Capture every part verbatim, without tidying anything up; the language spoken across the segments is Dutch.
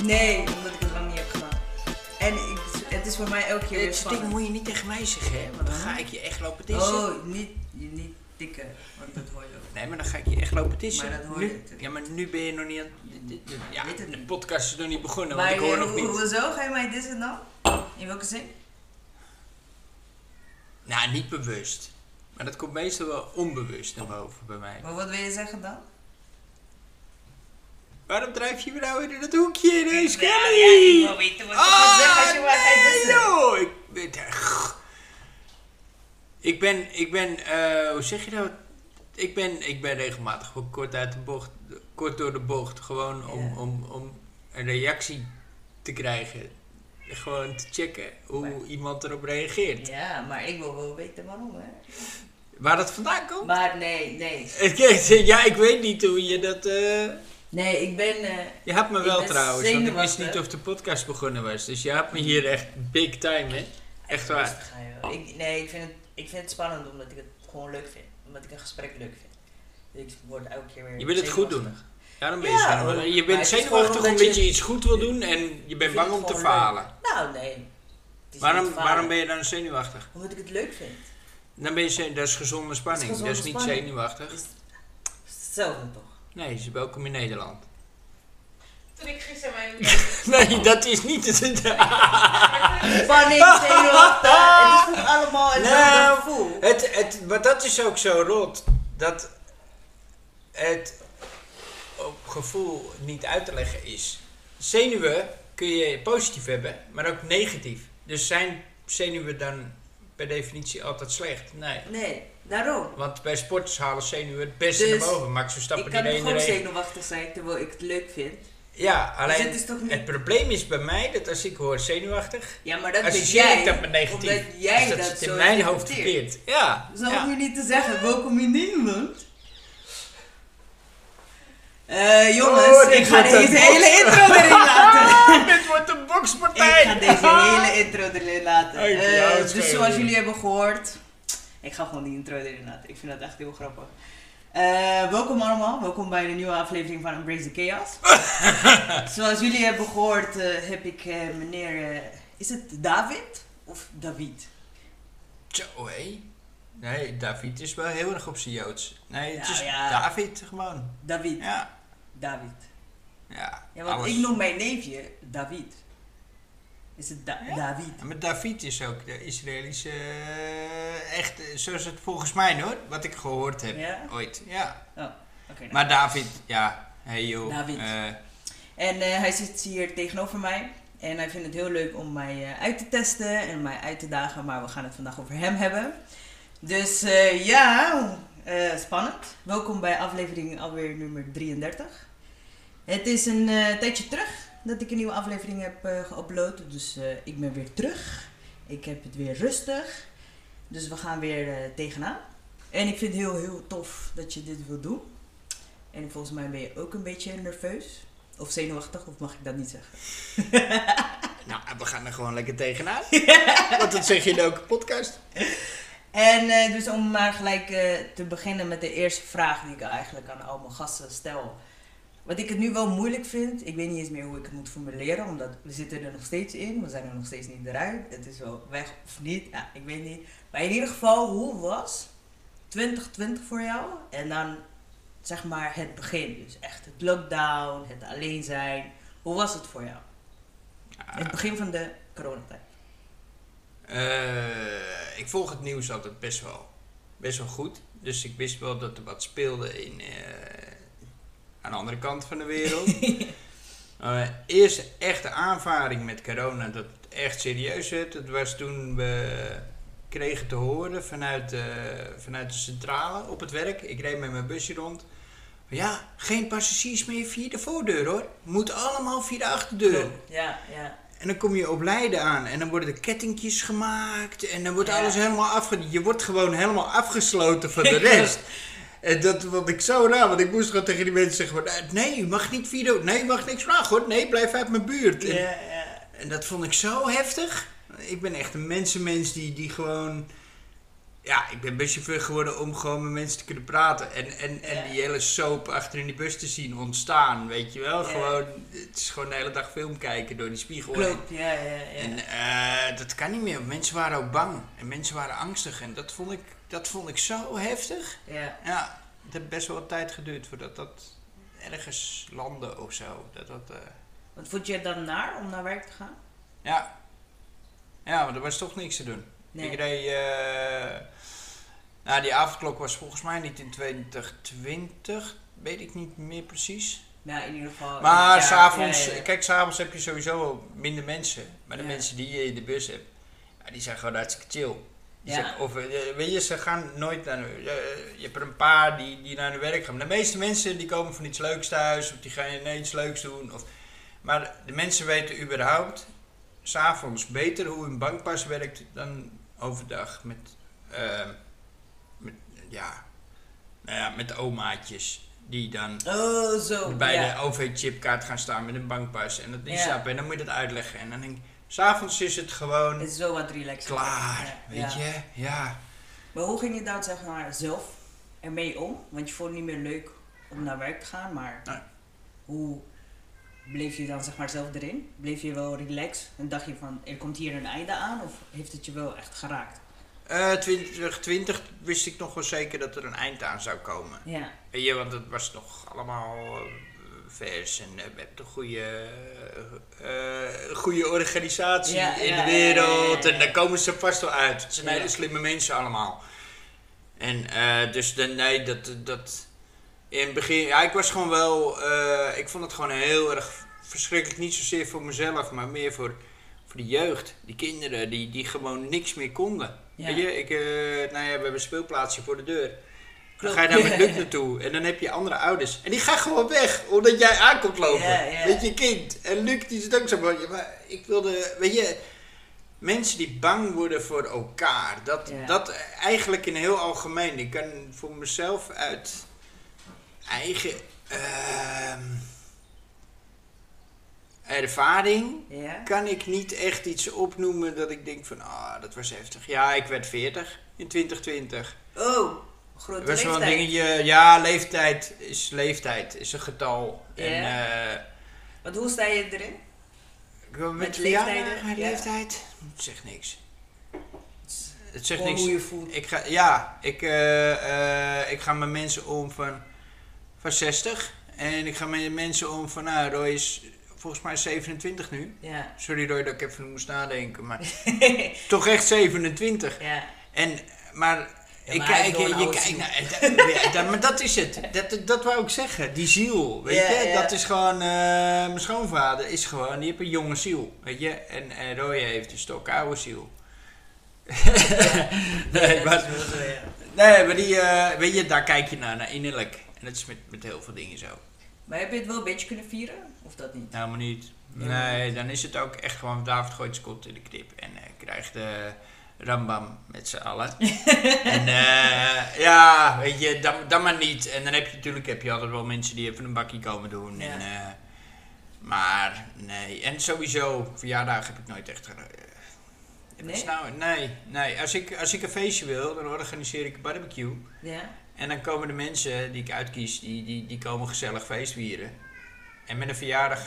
Nee, omdat ik het lang niet heb gedaan. En ik, het is voor mij elke keer weer Dit spannend. ding moet je niet tegen mij zeggen, hè? Want dan ga ik je echt lopen dissen. Oh, niet, niet tikken, want dat hoor je ook. Nee, maar dan ga ik je echt lopen dissen. Maar dat hoor nu, je natuurlijk. Ja, maar nu ben je nog niet aan... Ja, Weet het de niet. podcast is nog niet begonnen, Maar want ik hoor je, nog niet. hoezo ga je mij dissen dan? In welke zin? Nou, niet bewust. Maar dat komt meestal wel onbewust naar boven bij mij. Maar wat wil je zeggen dan? Waarom drijf je me nou weer in dat hoekje ineens, Nou, Kelly? ja, ik wil weten wat je gaat zeggen als je mij gaat nee, dissen. joh. Ik ben... Ik ben, ik ben, uh, hoe zeg je dat? Ik ben, ik ben regelmatig gewoon kort uit de bocht, kort door de bocht, gewoon om, Ja. om, om een reactie te krijgen. Gewoon te checken hoe Maar- iemand erop reageert. Ja, maar ik wil wel weten waarom, hè. Waar dat vandaan komt? Maar nee, nee. Ja, ik weet niet hoe je dat... Uh... Nee, ik ben... Uh, Je had me Ik wel ben trouwens, want ik wist zenuwachtig. niet of de podcast begonnen was. Dus je had me hier echt big time, hè? Echt waar. rustig gaan, joh. Ik, nee, ik vind, het, ik vind het spannend omdat ik het gewoon leuk vind. Omdat ik een gesprek leuk vind. Dus ik word elke keer weer Je wil het goed doen. zenuwachtig. Ja, dan ben je Ja, zenuwachtig. hoor. Je Maar bent het is zenuwachtig gewoon omdat omdat je je- iets goed wil doen en je bent vind bang het om te gewoon falen. Nou, nee. Het is Waarom, niet falen. waarom ben je dan zenuwachtig? Omdat ik het leuk vind. Dan ben je zenuw, dat is gezonde spanning. Dat is, gezonde niet spanning. zenuwachtig. Het is hetzelfde toch? Nee, ze welkom in Nederland. Toen ik gisteren mijn... Nee, dat is niet het. Spanning, zenuwachtig. Het is toch allemaal hetzelfde Nou, gevoel? Het, het, maar dat is ook zo rot. Dat het op gevoel niet uit te leggen is. Zenuwen kun je positief hebben, maar ook negatief. Dus zijn zenuwen dan per definitie altijd slecht? Nee. Nee, daarom. Want bij sporters halen zenuwen het beste Dus naar boven. Max Verstappen Ik die kan de toch ene ook regen. zenuwachtig zijn terwijl ik het leuk vind. Ja, alleen het is toch niet- het probleem is bij mij dat als ik hoor zenuwachtig, Ja, maar dat ben associeer jij. ik dat met negatief. Omdat jij dus dat, dat zit zo in mijn hoofd interpreteert. verkeerd. Ja. Dus dan ja. hoef je niet te zeggen, welkom in Nederland. Eh jongens, Oh, dit ik ga wordt een deze hele box. intro erin laten. Dit wordt een Ik bokspartij. ga deze hele intro erin laten. Oké, Eh, ja, het dus schelen. zoals jullie hebben gehoord, ik ga gewoon die intro erin laten. Ik vind dat echt heel grappig. Eh, welkom allemaal, welkom bij de nieuwe aflevering van Embrace the Chaos. Zoals jullie hebben gehoord, eh, heb ik eh, meneer, eh, is het David of David? Zo, hé. Nee, David is wel heel erg op zijn Joods. Nee, het Nou is ja. David gewoon. David, Ja. David. Ja, Ja, want alles. ik noem mijn neefje David. Is het Da- Ja? David? Ja, maar David is ook de Israëlische, eh, echt, eh, zoals het volgens mij hoor, wat ik gehoord heb Ja? ooit. Ja. Oh, oké. nou. Maar David, ja, hey joh. David. eh, En eh, hij zit hier tegenover mij. En hij vindt het heel leuk om mij eh, uit te testen en mij uit te dagen. Maar we gaan het vandaag over hem hebben. Dus eh, ja, eh, spannend. Welkom bij aflevering alweer nummer drieëndertig. Het is een eh, tijdje terug dat ik een nieuwe aflevering heb eh geüpload. Dus eh, ik ben weer terug. Ik heb het weer rustig. Dus we gaan weer eh, tegenaan. En ik vind het heel, heel tof dat je dit wil doen. En volgens mij ben je ook een beetje nerveus. Of zenuwachtig, of mag ik dat niet zeggen? nou, we gaan er gewoon lekker tegenaan. Want dat zeg je in elke podcast. En eh, dus om maar gelijk eh, te beginnen met de eerste vraag die ik eigenlijk aan al mijn gasten stel. Wat ik het nu wel moeilijk vind, ik weet niet eens meer hoe ik het moet formuleren, omdat we zitten er nog steeds in, we zijn er nog steeds niet eruit. Het is wel weg of niet, ja, ik weet niet. Maar in ieder geval, hoe was twintig twintig voor jou? En dan zeg maar het begin, dus echt het lockdown, het alleen zijn. Hoe was het voor jou? Het begin van de coronatijd. Eh, ik volg het nieuws altijd best wel, best wel goed. Dus ik wist wel dat er wat speelde in, eh, aan de andere kant van de wereld. uh, eerste echte aanvaring met corona, dat het echt serieus werd. Dat was toen we kregen te horen vanuit, uh, vanuit de centrale op het werk. Ik reed met mijn busje rond. Ja, geen passagiers meer via de voordeur hoor. Moet allemaal via de achterdeur. Ja, ja. En dan kom je op Leiden aan en dan worden de kettingjes gemaakt en dan wordt Ja. alles helemaal afge... Je wordt gewoon helemaal afgesloten van de rest. En dat vond ik zo raar, want ik moest gewoon tegen die mensen zeggen van, nee, je mag niet via de... Nee, je mag niks vragen hoor. Nee, blijf uit mijn buurt. En, Ja, ja. en dat vond ik zo heftig. Ik ben echt een mensenmens die, die gewoon ja, ik ben buschauffeur geworden om gewoon met mensen te kunnen praten. En, en, en Ja. die hele soap achter in die bus te zien ontstaan, weet je wel. Ja. Gewoon, het is gewoon de hele dag film kijken door die spiegel heen. Klopt, ja, ja, ja. En eh, dat kan niet meer. Mensen waren ook bang. En mensen waren angstig. En dat vond ik, dat vond ik zo heftig. ja. Ja, het heeft best wel wat tijd geduurd voordat dat ergens landde of zo. Dat, dat, eh, Wat vond je het dan naar om naar werk te gaan? ja. Ja, maar er was toch niks te doen. Nee. Ik reed... eh, nou, die avondklok was volgens mij niet in twintig twintig. Weet ik niet meer precies. Ja, in ieder geval. Maar ja, s'avonds... ja, ja. Kijk, s'avonds heb je sowieso wel minder mensen. Maar de Ja. mensen die je in de bus hebt... Ja, die zijn gewoon hartstikke chill. Die Ja. zeggen, of, eh, weet je, ze gaan nooit naar... Uh, je hebt er een paar die, die naar hun werk gaan. Maar de meeste mensen die komen van iets leuks thuis. Of die gaan nee, iets leuks doen. Of, maar de mensen weten überhaupt... S'avonds beter hoe een bankpas werkt dan overdag. Met... Uh, met ja... Nou ja, met omaatjes. Die dan... Oh, zo. bij ja. de O V-chipkaart gaan staan met een bankpas en dat Ja. instappen en dan moet je dat uitleggen. En dan denk ik, s'avonds is het gewoon Het is zo wat relaxed. klaar, Ja, weet ja. je? Ja. Maar hoe ging je dan zeg maar zelf ermee om? Want je vond het niet meer leuk om naar werk te gaan, maar Nee. hoe bleef je dan zeg maar zelf erin? Bleef je wel relaxed en dacht je van er komt hier een einde aan of heeft het je wel echt geraakt? Eh, twintig twintig wist ik nog wel zeker dat er een eind aan zou komen. Ja, Weet je, want het was nog allemaal eh, vers en eh, we hebben een goede, eh, goede organisatie Ja, in ja, de ja, wereld ja, ja, ja. en daar komen ze vast wel uit. Het zijn Ja. hele slimme mensen allemaal. En eh, dus de, nee, dat, dat in het begin, ja, ik was gewoon wel, eh, ik vond het gewoon heel erg verschrikkelijk, niet zozeer voor mezelf, maar meer voor, voor de jeugd, die kinderen die, die gewoon niks meer konden. Ja. Weet je, ik, eh, nou ja, we hebben een speelplaatsje voor de deur. Dan Klopt. ga je daar met Luc naartoe en dan heb je andere ouders. En die gaan gewoon weg, omdat jij aankomt lopen. Ja, ja. Met je kind. En Luc die zit ook zo van, ja, maar ik wilde, weet je, mensen die bang worden voor elkaar. Dat, Ja. dat eigenlijk in heel algemeen. Ik kan voor mezelf uit eigen ehm, ervaring ja. kan ik niet echt iets opnoemen dat ik denk van, ah, dat was heftig. Ja, ik werd veertig in twintig twintig. Oh, grote Dat was wel een leeftijd. dingetje. Ja, leeftijd is leeftijd, is een getal. Ja. En eh Want hoe sta je erin? met, Met verjaardag, leeftijden, met ja. leeftijd, het zegt niks. Het zegt Gewoon niks. hoe je voelt. Ik ga, ja, ik, eh, eh, ik ga met mensen om van, van zestig. En ik ga met mensen om van, nou, Roy is volgens mij zevenentwintig nu. Ja. Sorry Roy dat ik even moest nadenken, maar toch echt zevenentwintig. ja. En, maar, Ja, ik maar hij kijk, heeft je, wel een je oude kijkt ziel. naar, ja, dat, maar dat is het. Dat, dat, dat wou ik zeggen, die ziel, weet Ja, je. ja. Dat is gewoon, eh, mijn schoonvader is gewoon, die heeft een jonge ziel, weet je. En, en Roy heeft een stokoude ziel. nee, Ja, maar, dat is wel zo, ja. nee, maar die, eh, weet je, daar kijk je naar, naar innerlijk. En dat is met, met heel veel dingen zo. Maar heb je het wel een beetje kunnen vieren? Of dat niet? Nou, maar niet. Ja. Nee, dan is het ook echt gewoon David gooit zijn kont in de krip en uh, krijgt de rambam met z'n allen. en uh, ja, weet je, dan, dan maar niet. En dan heb je natuurlijk heb je altijd wel mensen die even een bakkie komen doen. Ja. En, uh, maar nee, en sowieso, verjaardag heb ik nooit echt gedaan. Nee? Nou, nee, nee. Als ik, als ik een feestje wil, dan organiseer ik een barbecue. Ja? En dan komen de mensen die ik uitkies, die, die, die komen gezellig feest vieren. En met een verjaardag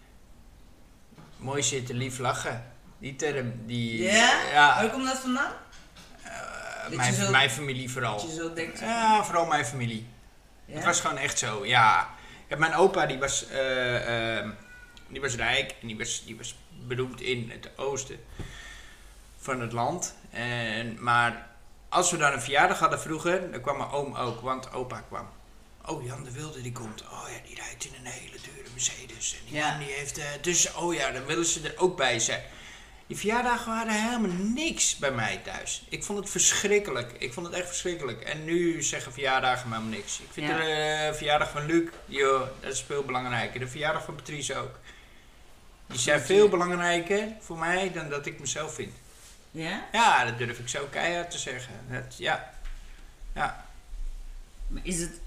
mooi zitten, lief lachen. Die term, die... Ja? ja Waar komt dat vandaan? eh, Dat mijn, je zo- mijn familie vooral. Dat je zo denkt. zo. Ja, vooral mijn familie. Ja? Het was gewoon echt zo, ja. Ja, mijn opa die was, eh, eh, die was rijk en die was, die was beroemd in het oosten van het land. En, maar als we dan een verjaardag hadden vroeger, dan kwam mijn oom ook, want opa kwam. Oh, Jan de Wilde die komt. Oh ja, die rijdt in een hele dure Mercedes. En die Ja. man die heeft... eh, dus, oh ja, dan willen ze er ook bij zijn. Die verjaardagen waren helemaal niks bij mij thuis. Ik vond het verschrikkelijk. Ik vond het echt verschrikkelijk. En nu zeggen verjaardagen me helemaal niks. Ik vind Ja. de eh, verjaardag van Luc, joh, dat is veel belangrijker. De verjaardag van Patrice ook. Die zijn Goed, veel ja. belangrijker voor mij dan dat ik mezelf vind. Ja? Ja, dat durf ik zo keihard te zeggen. Dat, ja. Ja. Maar is het...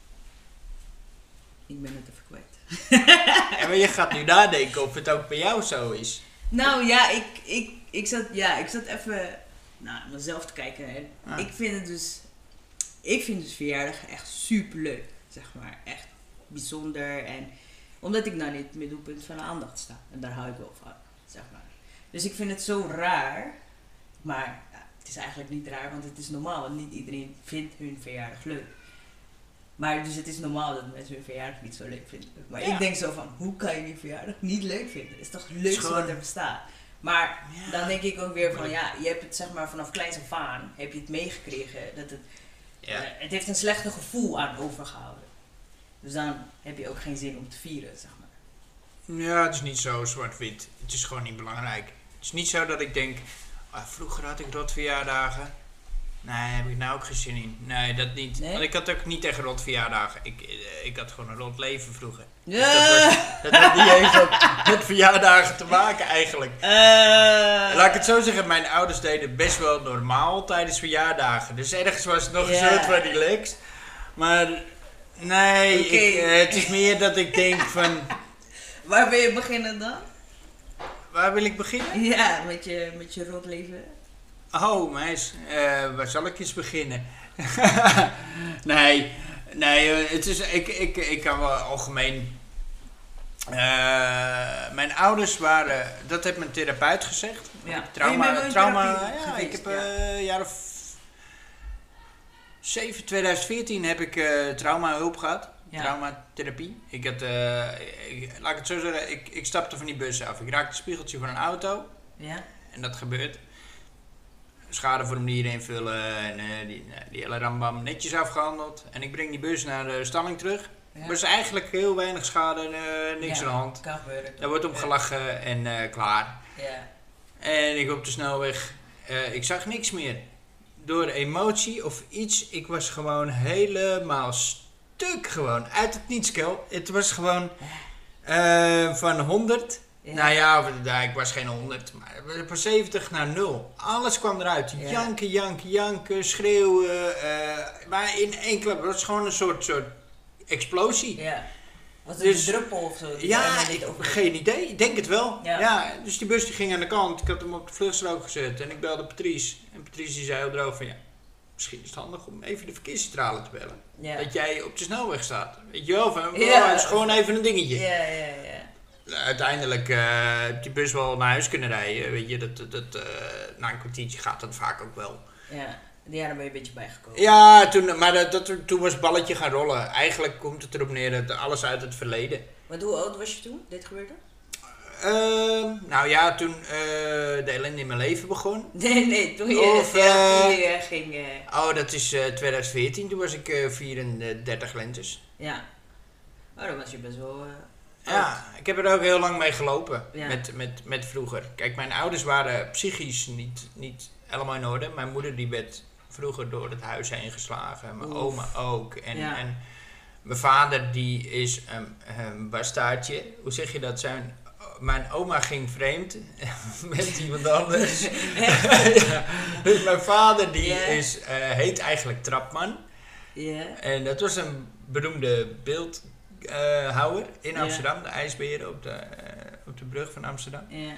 Ik ben het even kwijt. Ja, maar je gaat nu nadenken of het ook bij jou zo is. Nou ja, ik, ik, ik, zat, ja, ik zat even naar mezelf te kijken. En Ah. ik vind het dus, ik vind dus verjaardag echt super leuk, zeg maar. Echt bijzonder. En omdat ik nou niet het middelpunt van de aandacht sta. En daar hou ik wel van, zeg maar. Dus ik vind het zo raar. Maar ja, het is eigenlijk niet raar, want het is normaal. Want niet iedereen vindt hun verjaardag leuk. Maar dus het is normaal dat mensen hun verjaardag niet zo leuk vinden. Maar Ja. ik denk zo van, hoe kan je je verjaardag niet leuk vinden? Het is toch het is leukste gewoon- wat er bestaat. Maar Ja. dan denk ik ook weer van, ja, je hebt het zeg maar vanaf kleins af aan, heb je het meegekregen. Dat het, Ja. eh, het heeft een slechte gevoel aan overgehouden. Dus dan heb je ook geen zin om te vieren, zeg maar. Ja, het is niet zo zwart-wit. Het is gewoon niet belangrijk. Het is niet zo dat ik denk, ah, vroeger had ik rotverjaardagen. Nee, heb ik nou ook geen zin in. Nee, dat niet. Nee? Want ik had ook niet tegen rotverjaardagen. Ik, eh, ik had gewoon een rot leven vroeger. Dus Ja. dat, was, dat had niet eens wat met verjaardagen te maken eigenlijk. Eh, Laat ik het zo zeggen, mijn ouders deden best wel normaal tijdens verjaardagen. Dus ergens was het nog een Ja. soort van relaxed. Maar nee, Oké. ik, eh, het is meer dat ik denk van, Waar wil je beginnen dan? waar wil ik beginnen? Ja, met je, met je rotleven. Oh, meis, eh, waar zal ik eens beginnen? nee, nee, eh, het is, ik, ik, ik kan wel algemeen. eh, mijn ouders waren, dat heeft mijn therapeut gezegd. Ja. Trauma, Ben je bij me in trauma, therapie ja, geweest? ik heb Ja. eh, jaar of zeven, tweeduizend veertien heb ik eh trauma hulp gehad. Ja. Traumatherapie. Ik had, eh, ik, laat ik het zo zeggen, ik, ik stapte van die bus af. Ik raakte het spiegeltje van een auto. Ja. En dat gebeurt. Schadeformulier invullen en eh, die, nou, die hele rambam netjes afgehandeld. En ik breng die bus naar de stalling terug. Ja. Er was eigenlijk heel weinig schade, eh, niks Ja, aan de hand. Kan gebeuren. Daar wordt om gelachen en eh, klaar. Ja. En ik op de snelweg, eh, ik zag niks meer. Door emotie of iets, ik was gewoon helemaal stuk gewoon. Uit het niets, Kel. Het was gewoon eh, van honderd. Ja. Nou ja, of- nou, ik was geen honderd, maar van zeventig naar nul. Alles kwam eruit. Ja. Janken, janken, janken, schreeuwen. eh, maar in één klap, het was gewoon een soort, soort explosie. Ja. Was het Dus- een druppel of zo? die Ja, helemaal ik niet heb over- geen idee. Ik denk het wel. Ja. Ja. Dus die bus die ging aan de kant. Ik had hem op de vluchtstrook gezet en ik belde Patrice. En Patrice die zei heel droog van ja, misschien is het handig om even de verkeerscentrale te bellen. Ja. Dat jij op de snelweg staat. Weet je wel, van Ja. oh, het is gewoon even een dingetje. Ja, ja, ja. Uiteindelijk uh, heb die bus wel naar huis kunnen rijden. Weet je, dat, dat, dat, uh, na een kwartiertje gaat dat vaak ook wel. Ja, ja, daar ben je een beetje bijgekomen. Ja, toen, maar dat, dat, toen was het balletje gaan rollen. Eigenlijk komt het erop neer dat alles uit het verleden. Want hoe oud was je toen dit gebeurde? Uh, nou ja, toen uh, de ellende in mijn leven begon. Nee, nee, toen je Of, therapie uh, ging... Uh... Oh, dat is uh, twintig veertien. Toen was ik uh, vierendertig lentes. Ja. Oh, dan was je best wel... Uh... Ja, ik heb er ook heel lang mee gelopen. Ja. Met, met, met vroeger. Kijk, mijn ouders waren psychisch niet, niet helemaal in orde. Mijn moeder die werd vroeger door het huis heen geslagen. Mijn Oef. oma ook. En, Ja. en mijn vader die is een, een bastaardje. Hoe zeg je dat? Zijn, mijn oma ging vreemd met iemand anders. Ja. Dus mijn vader die Ja. is, uh, heet eigenlijk Trapman. Ja. En dat was een beroemde beeldhouwer uh, in Ja. Amsterdam, de ijsberen op de, uh, op de brug van Amsterdam. Ja.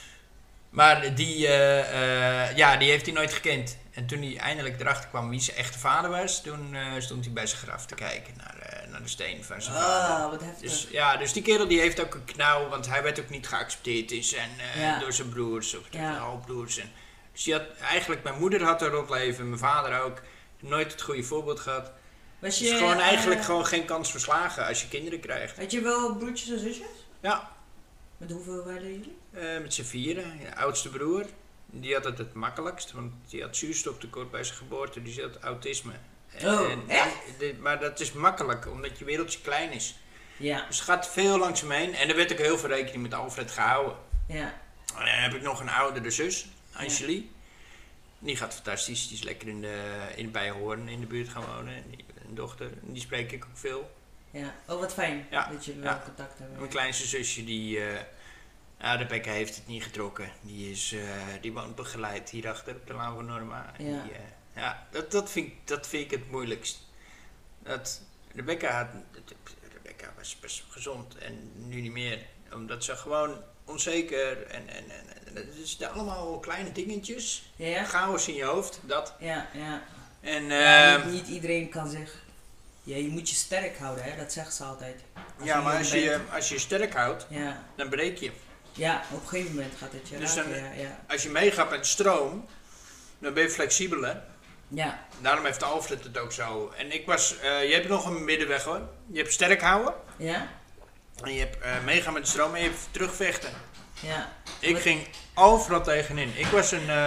Maar die, uh, uh, ja, die heeft hij nooit gekend. En toen hij eindelijk erachter kwam wie zijn echte vader was, toen uh, stond hij bij zijn graf te kijken naar, uh, naar de steen van zijn vader. Oh, wat heftig. Dus, ja, dus die kerel die heeft ook een knauw, want hij werd ook niet geaccepteerd in zijn, uh, Ja. door zijn broers of Ja. de halfbroers. En, dus die had, eigenlijk, mijn moeder had een rot leven, mijn vader ook. Nooit het goede voorbeeld gehad. Was Het je, is gewoon uh, eigenlijk gewoon geen kans verslagen als je kinderen krijgt. Had je wel broertjes en zusjes? Ja, Met hoeveel waren jullie? uh, met z'n vieren. De oudste broer, die had het het makkelijkst, want die had zuurstoftekort bij zijn geboorte, die had autisme. En, Oh, en- echt? de- maar dat is makkelijk, omdat je wereldje klein is. Ja. Dus het gaat veel langs hem heen. En er werd ook heel veel rekening met Alfred gehouden. Ja. En dan heb ik nog een oudere zus, Angelique. Die gaat fantastisch. Die is lekker in de, in, bij Hoorn in de buurt gaan wonen. En die, een dochter, die spreek ik ook veel. Ja. Oh, wat fijn Ja. dat je wel Ja. contact hebt. Mijn kleinste zusje, die... Uh, ja, Rebecca heeft het niet getrokken. Die, is, uh, die woont begeleid hierachter op de Laan van Norma. En Ja. Die, uh, ja, dat, dat, vind ik, dat vind ik het moeilijkst. Dat, Rebecca, had, Rebecca was best gezond en nu niet meer. Omdat ze gewoon onzeker. En, en, en, en het is allemaal kleine dingetjes. Ja? Chaos in je hoofd, dat. Ja, ja. En, Ja, ehm, niet, niet iedereen kan zich... Ja, je moet je sterk houden, hè? Dat zeggen ze altijd. Als ja, maar jong als je, bent. als je je sterk houdt, Ja. dan breek je. Ja, op een gegeven moment gaat het je Dus raken, dan- ja, ja. Als je meegaat met de stroom, dan ben je flexibeler. Ja, Daarom heeft Alfred het ook zo. En ik was, eh, je hebt nog een middenweg hoor. Je hebt sterk houden. ja, En je hebt uh, meegaan met de stroom en je hebt terugvechten. ja. Ik Wat- ging overal tegenin. Ik was een... eh,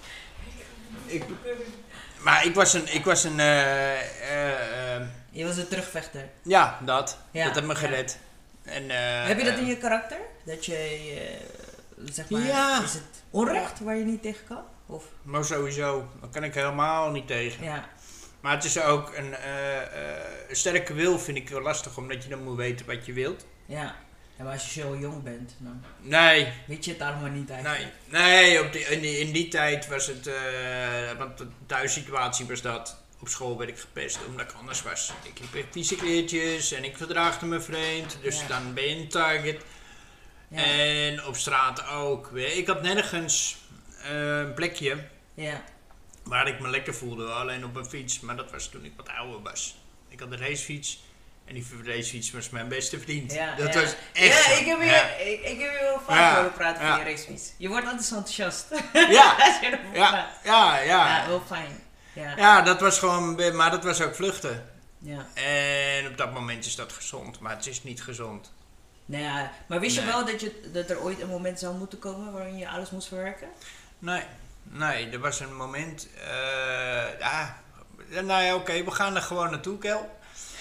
ik, maar ik was een... Ik was een eh, eh, eh, Je was een terugvechter. ja, dat. Ja, dat heeft me ja. gered. En, eh, Heb je dat eh, in je karakter? Dat je, eh, zeg maar, Ja. is het onrecht waar je niet tegen kan? Of? Maar sowieso. Daar kan ik helemaal niet tegen. Ja, Maar het is ook een, eh, eh, een sterke wil vind ik wel lastig. Omdat je dan moet weten wat je wilt. ja. Ja, maar als je zo jong bent, dan Nee, weet je het allemaal niet eigenlijk. Nee, nee op die, in, die, in die tijd was het, uh, want de thuissituatie was dat. Op school werd ik gepest omdat ik anders was. Ik heb vieze kleertjes en ik verdraagde me vreemd, dus Ja. dan ben je een target. Ja, En op straat ook. Ik had nergens uh, een plekje ja, waar ik me lekker voelde, alleen op een fiets. Maar dat was toen ik wat ouder was. Ik had een racefiets. En die racefiets was mijn beste vriend. ja. dat ja. was echt Ja, zo. ik heb je, Ja. ik, ik heb je wel vaak Ja, horen praten ja. van je racefiets. Je wordt altijd zo enthousiast. Ja, als je erover ja, praat. ja, ja. Ja, wel fijn. Ja, Ja, dat was gewoon, maar dat was ook vluchten. ja. En op dat moment is dat gezond, maar het is niet gezond. Nou ja, maar wist je Nee. wel dat, je, dat er ooit een moment zou moeten komen waarin je alles moest verwerken? Nee, nee, er was een moment, eh ja, nou ja, oké, we gaan er gewoon naartoe, Kel.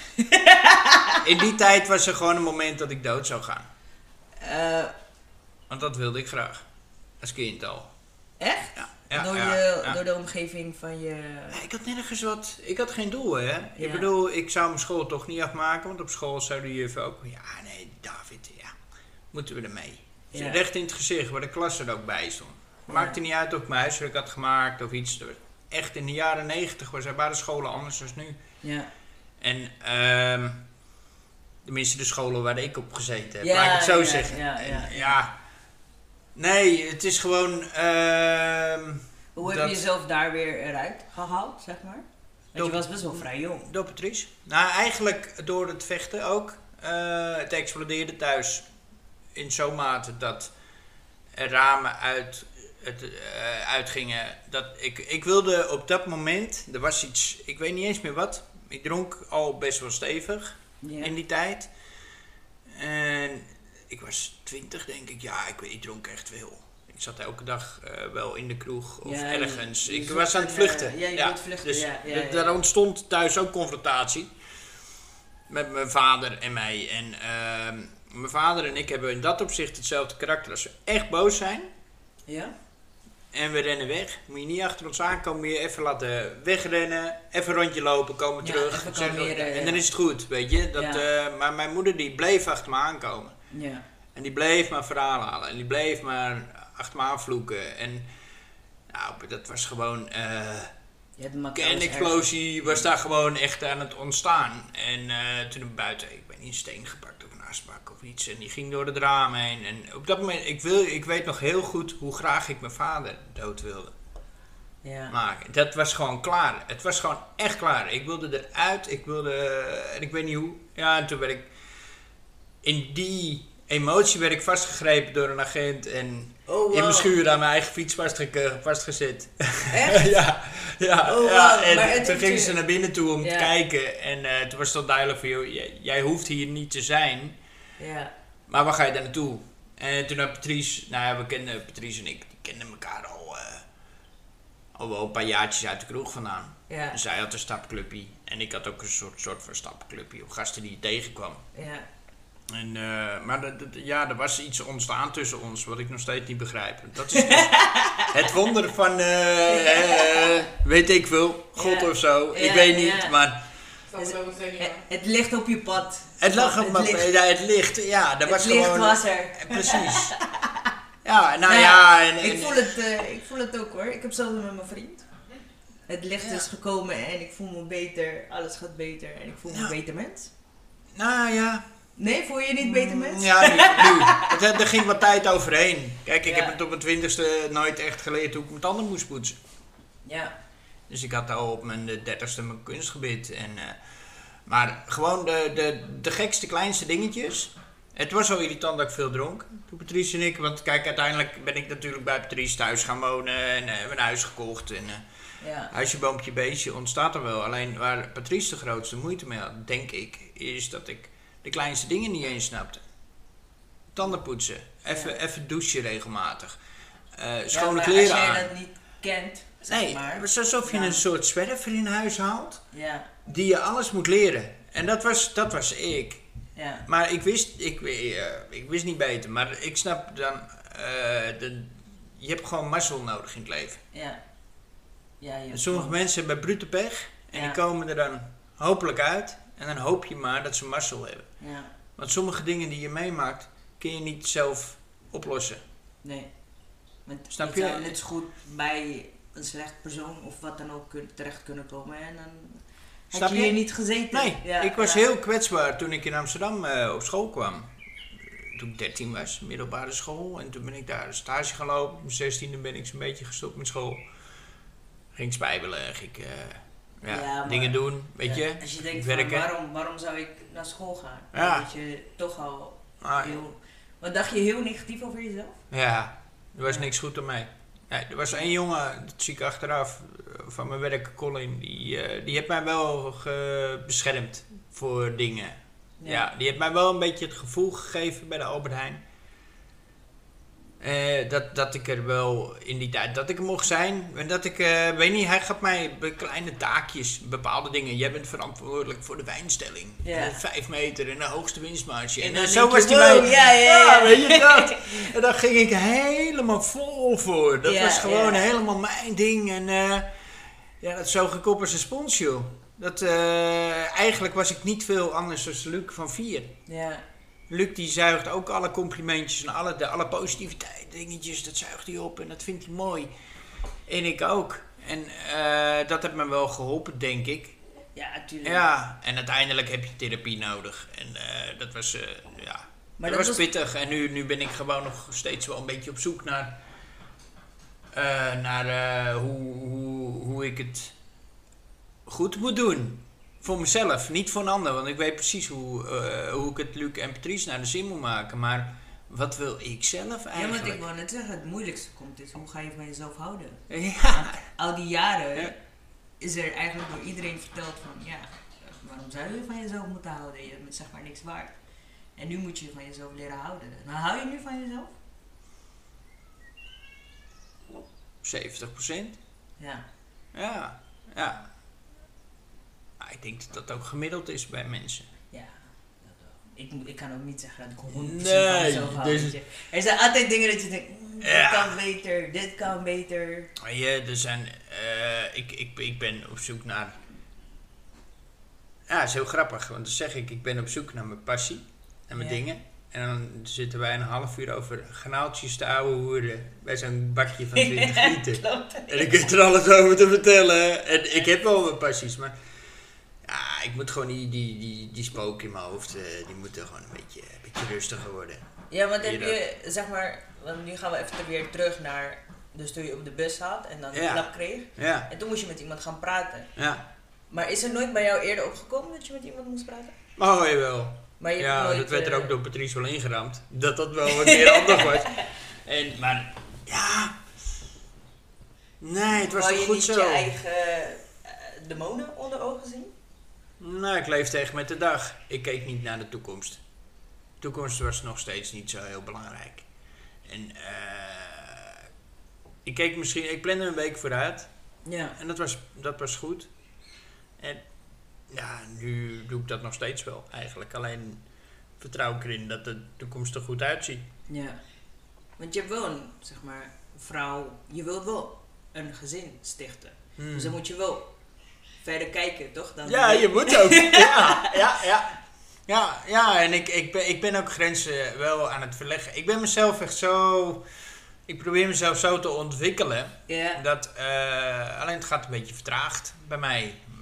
In die tijd was er gewoon een moment dat ik dood zou gaan. Eh, Want dat wilde ik graag, als kind al. echt? Ja, ja, door, ja, je, ja. door de omgeving van je... Ja, ik had nergens wat, ik had geen doel hè. Ja. Ik bedoel, ik zou mijn school toch niet afmaken, want op school zouden juffen ook, ja nee, David, ja, moeten we ermee. Dus Ja. recht in het gezicht, waar de klas er ook bij stond. Maakte Ja. niet uit of ik mijn huiswerk had gemaakt of iets. Echt in de jaren negentig was er bij de scholen anders dan nu. Ja, En ehm tenminste de scholen waar ik op gezeten heb, Ja, laat ik het zo ja, zeggen. ja, En, ja. ja. Nee, het is gewoon... ehm hoe heb dat- je jezelf daar weer eruit gehaald, zeg maar? Want Door- je was best wel vrij jong. Door Patrice. Nou, eigenlijk door het vechten ook. Eh, het explodeerde thuis in zo'n mate dat er ramen uit, het, eh, uitgingen. Dat ik, ik wilde op dat moment, er was iets, ik weet niet eens meer wat. Ik dronk al best wel stevig Ja. in die tijd. En ik was twintig denk ik. Ja, ik, ik dronk echt veel. Ik zat elke dag eh, wel in de kroeg of Ja, ergens. je- je Ik zoekt was aan het een, vluchten. eh, ja, je wilt vluchten, Dus ja, ja, d- ja. daar ontstond thuis ook confrontatie. Met mijn vader en mij. En ehm, mijn vader en ik hebben in dat opzicht hetzelfde karakter. Als we echt boos zijn Ja? en we rennen weg, moet je niet achter ons aankomen. Moet je even laten wegrennen. Even een rondje lopen, komen Ja, terug. even zeggen- kalmeren, en ja. dan is het goed, weet je. Dat, Ja. eh, maar mijn moeder die bleef achter me aankomen. Ja. En die bleef maar verhalen halen. En die bleef maar achter me aanvloeken. En nou, dat was gewoon... eh Je hebt hem maar kernexplosie was daar gewoon echt aan het ontstaan. En eh, toen heb ik buiten, ik ben niet een steen gepakt of een asbak of iets. En die ging door het raam heen. En op dat moment, ik, wil, ik weet nog heel goed hoe graag ik mijn vader dood wilde Ja. maken. Dat was gewoon klaar. Het was gewoon echt klaar. Ik wilde eruit. Ik wilde, en ik weet niet hoe. Ja, en toen werd ik, in die emotie werd ik vastgegrepen door een agent. En Oh, in mijn wow. schuur aan mijn eigen fiets vastge- vastgezet. Echt? ja, ja, Oh, ja. wow. En Maar het toen heeft gingen je- ze naar binnen toe om Ja. te kijken. En eh, toen was het al duidelijk van, joh, jij, jij hoeft hier niet te zijn. Ja. Maar waar ga je daar naartoe? En toen had Patrice, nou ja, we kenden Patrice en ik, die kenden elkaar al, eh, al wel een paar jaartjes uit de kroeg vandaan. Ja. Zij had een stapclubje en ik had ook een soort, soort van stapclubje of gasten die je tegenkwam. Ja. En, eh, maar dat- dat- ja, er was iets ontstaan tussen ons wat ik nog steeds niet begrijp. Dat is dus het wonder van, eh, eh, weet ik veel, God Ja. of zo. ik Ja, weet niet, ja. maar Dat zou ik zeggen, ja. Het, het ligt op je pad. het lag op het mijn, licht, ja, het licht, ja, dat was het licht gewoon, was er. precies. Ja, nou Nou ja, en, en- Ik voel, het, eh, ik voel het ook hoor. Ik heb hetzelfde met mijn vriend. Het licht Ja. is gekomen en ik voel me beter. Alles gaat beter en ik voel me Ja. een beter mens. nou ja, Nee, voel je je niet beter mens? Ja, nu. nu. Het, er ging wat tijd overheen. Kijk, ik Ja. heb het op mijn twintigste nooit echt geleerd hoe ik mijn tanden moest poetsen. Ja. Dus ik had al op mijn dertigste mijn kunstgebied. En, uh, maar gewoon de, de, de gekste, kleinste dingetjes. Het was al irritant dat ik veel dronk. Toen Patrice en ik, want kijk, uiteindelijk ben ik natuurlijk bij Patrice thuis gaan wonen. En uh, hebben een huis gekocht. En uh, Ja. huisje, boompje, beestje ontstaat er wel. Alleen waar Patrice de grootste moeite mee had, denk ik, is dat ik de kleinste dingen niet eens snapte. Tanden poetsen. Even, Ja. even douchen regelmatig. Uh, Ja, schone maar kleren als aan. jij dat niet kent, zeg Nee, maar. het is alsof je Ja. een soort zwerver in huis haalt, Ja. die je alles moet leren. En dat was, dat was ik. Ja. Maar ik wist, ik, uh, ik wist niet beter. Maar ik snap dan, uh, de, je hebt gewoon mazzel nodig in het leven. Ja. Ja, je En sommige mensen hebben brute pech en Ja. die komen er dan hopelijk uit. En dan hoop je maar dat ze mazzel hebben. Ja. Want sommige dingen die je meemaakt, kun je niet zelf oplossen. Nee. Want Snap je je? zou net zo goed bij een slecht persoon of wat dan ook kun- terecht kunnen komen en dan Snap had je je? hier niet gezeten. Nee, Ja, ik was ja. heel kwetsbaar toen ik in Amsterdam uh, op school kwam. Toen ik dertien was, middelbare school. En toen ben ik daar stage gaan lopen. Op mijn zestiende ben ik zo'n beetje gestopt met school. Ging spijbelen, ging ik uh, ja, Ja, maar- dingen doen, weet Ja, je. als je denkt van werken. waarom, waarom zou ik naar school gaan? Ja. Dat je toch al Maar, heel... Wat dacht je heel negatief over jezelf? ja, er was niks goed aan mij. Nee, er was één jongen, dat zie ik achteraf, van mijn werk, Colin. Die, uh, die heeft mij wel ge- beschermd voor dingen. Ja. die heeft mij wel een beetje het gevoel gegeven bij de Albert Heijn. Uh, dat, dat ik er wel in die tijd, dat ik er mocht zijn. En dat ik, uh, weet niet, hij gaf mij be- kleine taakjes, bepaalde dingen. Jij bent verantwoordelijk voor de wijnstelling. Ja. En vijf meter en de hoogste winstmarge. En, En en dan zo denk was je, die wow, mij. ja, ja, ja. weet je dat? En daar ging ik helemaal vol voor. Dat Ja, was gewoon ja. helemaal mijn ding. En uh, ja, dat zoog ik op als een spons, joh. Dat, uh, eigenlijk was ik niet veel anders dan Luc van vier. Ja. Luc die zuigt ook alle complimentjes en alle, de, alle positiviteit dingetjes, dat zuigt hij op en dat vindt hij mooi. En ik ook. En uh, dat heeft me wel geholpen, denk ik. Ja, natuurlijk. Ja, en uiteindelijk heb je therapie nodig. En uh, dat was, uh, ja, Maar dat, dat was was- pittig. En nu, nu ben ik gewoon nog steeds wel een beetje op zoek naar, uh, naar uh, hoe, hoe, hoe ik het goed moet doen. Voor mezelf, niet voor een ander. Want ik weet precies hoe, uh, hoe ik het Luc en Patrice naar de zin moet maken. Maar wat wil ik zelf Ja, eigenlijk? want ik wou net zeggen, het moeilijkste komt is, hoe ga je van jezelf houden? Ja, Al die jaren Ja. is er eigenlijk door iedereen verteld van, ja, waarom zou je van jezelf moeten houden? Je bent zeg maar niks waard. En nu moet je van jezelf leren houden. Nou, hou je nu van jezelf? zeventig procent. Ja. Ja, ja. Maar ik denk dat dat ook gemiddeld is bij mensen. Ja. dat wel. Ik, moet- ik kan ook niet zeggen dat ik honderd Nee, van mezelf hou. dus- weet je. Er zijn altijd dingen dat je denkt, mm, Ja. dit kan beter, dit kan beter. Maar je, er zijn, uh, ik, ik, ik ben op zoek naar. Ja, het is heel grappig, want dan zeg ik, ik ben op zoek naar mijn passie en mijn Ja. dingen. En dan zitten wij een half uur over granaaltjes te ouwe hoeren bij zo'n bakje van twintig liter. Klopt. En ik heb er alles over te vertellen. En ik heb wel mijn passies, maar ja, ik moet gewoon die, die, die, die spook in mijn hoofd, uh, die moeten gewoon een beetje, een beetje rustiger worden. Ja, want heb Hier je, zeg maar, want nu gaan we even weer terug naar, dus toen je op de bus had en dan Ja. een klap kreeg. Ja, En toen moest je met iemand gaan praten. ja. Maar is er nooit bij jou eerder opgekomen dat je met iemand moest praten? Oh, jawel. Maar je hebt Ja, nooit, dat werd er eh, ook door Patrice wel ingeramd. Dat dat wel wat meer handig was. En, maar, ja. Nee, het was wou toch je goed niet zo. je eigen eh, demonen onder ogen zien? Nou, ik leefde echt met de dag. Ik keek niet naar de toekomst. De toekomst was nog steeds niet zo heel belangrijk. En eh ik keek misschien, ik plande een week vooruit. Ja. En dat was, dat was goed. En ja, nu doe ik dat nog steeds wel eigenlijk. Alleen vertrouw ik erin dat de toekomst er goed uitziet. Ja. Want je hebt wel een, zeg maar, vrouw, je wilt wel een gezin stichten. Hmm. Dus dan moet je wel verder kijken, toch? Dan Ja, je moet ook. Ja, ja, ja. Ja, ja, en ik, ik, ben, ik ben ook grenzen wel aan het verleggen. Ik ben mezelf echt zo... Ik probeer mezelf zo te ontwikkelen. Ja. Dat, uh, alleen het gaat een beetje vertraagd bij mij.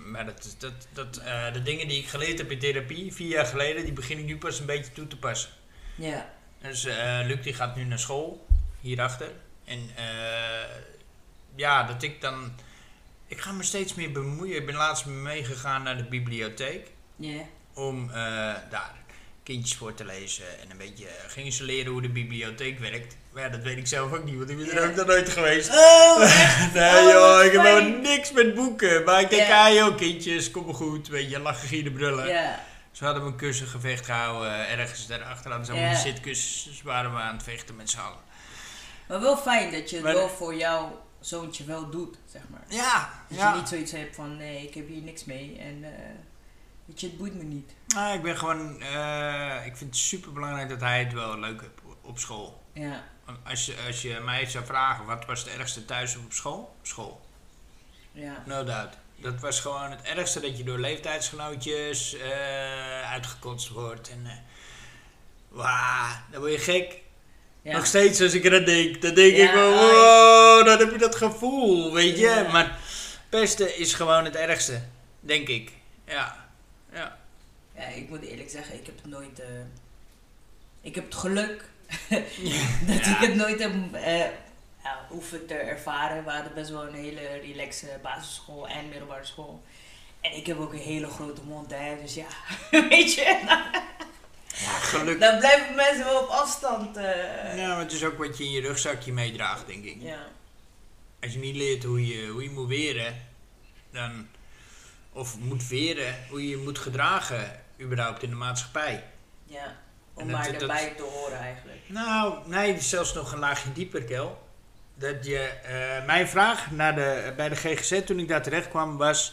maar dat, dat, dat, uh, de dingen die ik geleerd heb in therapie, vier jaar geleden, die begin ik nu pas een beetje toe te passen. Ja. Dus uh, Luc die gaat nu naar school, hierachter. En uh, ja, dat ik dan... Ik ga me steeds meer bemoeien. Ik ben laatst meegegaan naar de bibliotheek. Ja. Yeah. Om uh, daar kindjes voor te lezen. En een beetje uh, gingen ze leren hoe de bibliotheek werkt. Maar ja, dat weet ik zelf ook niet, want ik ben er Yeah. ook nog nooit geweest. Oh, echt? Nee oh, joh, ik heb fijn. gewoon niks met boeken. Maar ik denk, Yeah. ah joh, kindjes, kom maar goed. Weet je, lachen, gieren, brullen. Ja. Ze hadden we een kussengevecht gehouden. Uh, ergens daarachter hadden ze allemaal Yeah. die zitkussens. Waren we aan het vechten met z'n allen. Maar wel fijn dat je het Maar- wel voor jouw zoontje wel doet, zeg maar. Ja, Dat ja. je niet zoiets hebt van, nee, ik heb hier niks mee en uh, weet je, het boeit me niet. Nou, ik ben gewoon, uh, ik vind het super belangrijk dat hij het wel leuk heeft op school. Ja. Want Als je, als je mij zou vragen, wat was het ergste thuis of op school? School. Ja. No doubt. Dat was gewoon het ergste, dat je door leeftijdsgenootjes uh, uitgekotst wordt. En uh, wauw, dan word je gek. Ja. Nog steeds als ik er aan denk, dan denk Ja, ik van, oh, wow, dan heb je dat gevoel, weet je. Ja. Maar pesten is gewoon het ergste, denk ik. Ja, ja. Ja, ik moet eerlijk zeggen, ik heb het nooit... Uh, ik heb het geluk dat Ja. ik het nooit heb uh, ja, hoeven te ervaren. We hadden best wel een hele relaxe basisschool en middelbare school. En ik heb ook een hele grote mond, hè, dus ja, weet je. Ja, geluk. Dan blijven mensen wel op afstand. Uh, Ja, maar het is ook wat je in je rugzakje meedraagt, denk ik. ja. Als je niet leert hoe je, hoe je moet weren, dan, of moet weren, hoe je je moet gedragen, überhaupt in de maatschappij. Ja, om En dat- maar dat- erbij te horen eigenlijk. Nou, nee, zelfs nog een laagje dieper, Kel. Dat je, uh, mijn vraag naar de, bij de G G Z toen ik daar terecht kwam was,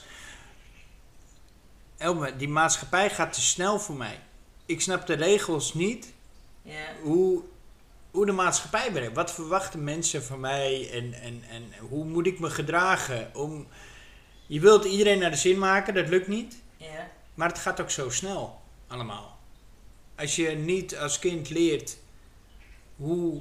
Elme, die maatschappij gaat te snel voor mij. Ik snap de regels niet. Ja. Hoe, hoe de maatschappij werkt. Wat verwachten mensen van mij en, en, en hoe moet ik me gedragen? Om, je wilt iedereen naar de zin maken, dat lukt niet. Ja. Maar het gaat ook zo snel, allemaal. Als je niet als kind leert hoe,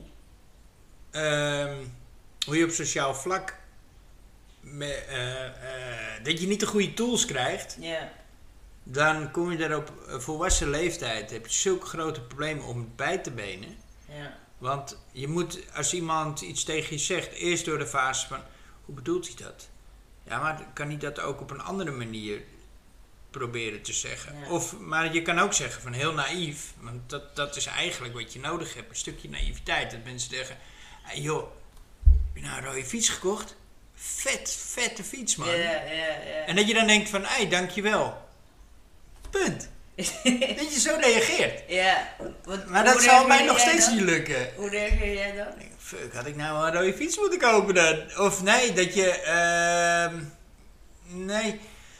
um, hoe je op sociaal vlak, me, uh, uh, dat je niet de goede tools krijgt, Ja. dan kom je daar op volwassen leeftijd, heb je zulke grote problemen om het bij te benen. Ja. Want je moet, als iemand iets tegen je zegt, eerst door de fase van, hoe bedoelt hij dat? Ja, maar kan hij dat ook op een andere manier proberen te zeggen? Ja. Of, maar je kan ook zeggen van heel naïef, want dat, dat is eigenlijk wat je nodig hebt, een stukje naïviteit. Dat mensen zeggen, hey joh, heb je nou een rode fiets gekocht? Vet, vette fiets man. Ja, ja, ja. En dat je dan denkt van, hé, hey, dankjewel. Punt. Dat je zo reageert. Ja. Wat, Maar hoe dat zal mij reageer nog jij steeds dan? niet lukken. Hoe reageer jij dan? Ik denk, fuck, had ik nou een rode fiets moeten kopen dan? Of nee, dat je... Uh, nee.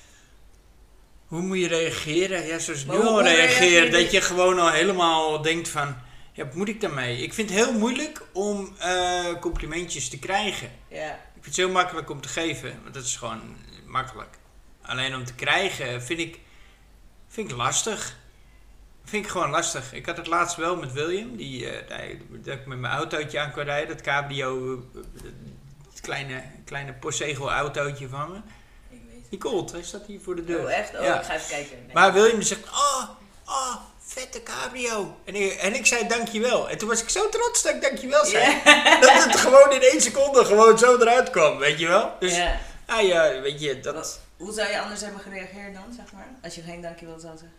Hoe moet je reageren? Ja, zoals ik Maar nu hoe- al hoe reageer. reageer je? Dat je gewoon al helemaal denkt van... Ja, wat moet ik daarmee? Ik vind het heel moeilijk om uh, complimentjes te krijgen. Ja. Ik vind het heel makkelijk om te geven. Want dat is gewoon makkelijk. Alleen om te krijgen vind ik... Vind ik lastig. Vind ik gewoon lastig. Ik had het laatst wel met William. Die, uh, die, dat ik met mijn autootje aan kon rijden. Dat cabrio. Uh, het kleine, kleine postzegelautootje van me. Ik weet Die Colt. Hij staat hier voor de deur. het. Oh, echt? Oh, Ja. ik ga even kijken. Nee. Maar William die zegt. Oh, oh, vette cabrio. En ik, en ik zei dankjewel. En toen was ik zo trots dat ik dankjewel zei. Ja. Dat het gewoon in één seconde gewoon zo eruit kwam. Weet je wel? Dus Ja. ah, ja, weet je. Dat... Wat- Hoe zou je anders hebben gereageerd dan, zeg maar? Als je geen dankjewel zou zeggen?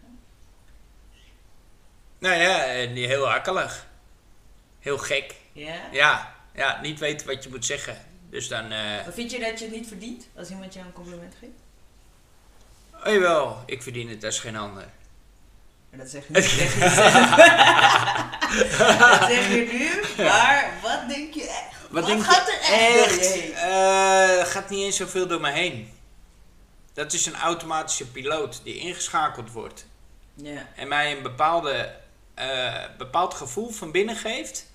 Nou ja, en heel akkelig. Heel gek. Ja? Ja, ja, niet weten wat je moet zeggen. Dus dan, eh Maar vind je dat je het niet verdient als iemand je een compliment geeft? oh jawel, ik verdien het als geen ander. Maar dat zeg je niet tegen jezelf. Dat zeg je nu, maar wat denk je echt? Wat, denk gaat je er echt door je echt? heen? Eh, gaat niet eens zoveel door me heen. Dat is een automatische piloot die ingeschakeld wordt. Ja. En mij een bepaalde, eh, bepaald gevoel van binnen geeft.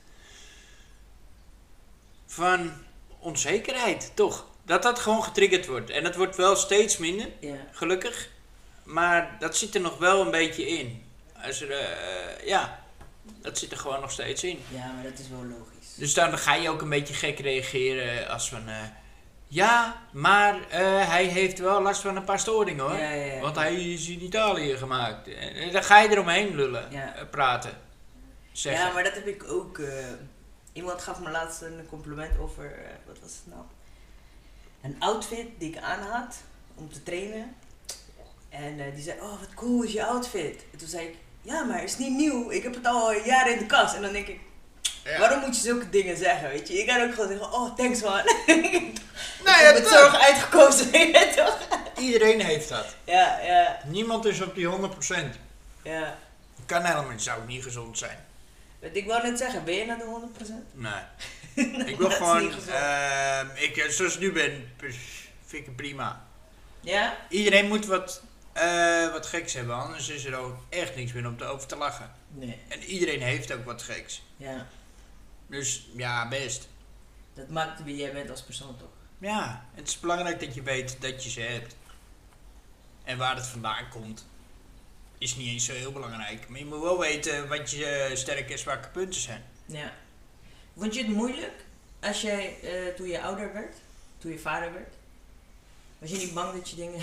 Van onzekerheid, toch? Dat dat gewoon getriggerd wordt. En dat wordt wel steeds minder, Ja. gelukkig. Maar dat zit er nog wel een beetje in. Als er, uh, ja, dat zit er gewoon nog steeds in. Ja, maar dat is wel logisch. Dus dan ga je ook een beetje gek reageren als van... Uh, Ja, maar uh, hij heeft wel last van een paar storingen hoor. Ja, ja, ja. Want hij is in Italië gemaakt. En dan ga je eromheen lullen, Ja. uh, praten. Zeggen. Ja, maar dat heb ik ook. Uh, iemand gaf me laatst een compliment over, uh, wat was het nou? Een outfit die ik aan had om te trainen. En uh, die zei, oh wat cool is je outfit. En toen zei ik, ja maar het is niet nieuw. Ik heb het al jaren in de kast. En dan denk ik, ja. Waarom moet je zulke dingen zeggen, weet je? Je kan ook gewoon zeggen, oh thanks man. Nou, ik ja, heb het zorg uitgekozen, weet je toch? Iedereen heeft dat. Ja, ja. Niemand is op die honderd procent. Ja. Kan helemaal niet, zou niet gezond zijn. Wat ik wou net zeggen, ben je naar de honderd procent? Nee. Ik wil gewoon, uh, ik, zoals ik nu ben, vind ik het prima. Ja? Iedereen moet wat, uh, wat geks hebben, anders is er ook echt niks meer om te, over te lachen. Nee. En iedereen heeft ook wat geks. Ja. Dus ja, best. Dat maakt wie jij bent als persoon toch? Ja, het is belangrijk dat je weet dat je ze hebt. En waar het vandaan komt, is niet eens zo heel belangrijk. Maar je moet wel weten wat je sterke en zwakke punten zijn. Ja. Vond je het moeilijk als jij, uh, toen je ouder werd, toen je vader werd? Was je niet bang dat je dingen...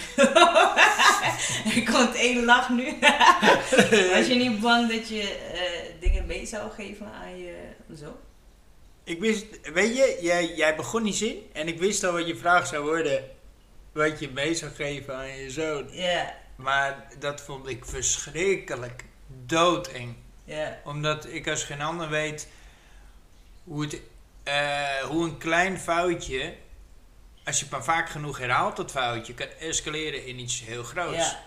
Er komt één lach nu. Was je niet bang dat je uh, dingen mee zou geven aan je zoon? Ik wist, weet je, jij, jij begon die zin en ik wist al wat je vraag zou worden. Wat je mee zou geven aan je zoon. Ja. Yeah. Maar dat vond ik verschrikkelijk doodeng. Ja. Yeah. Omdat ik als geen ander weet hoe, het, uh, hoe een klein foutje, als je het maar vaak genoeg herhaalt, dat foutje, kan escaleren in iets heel groots. Ja.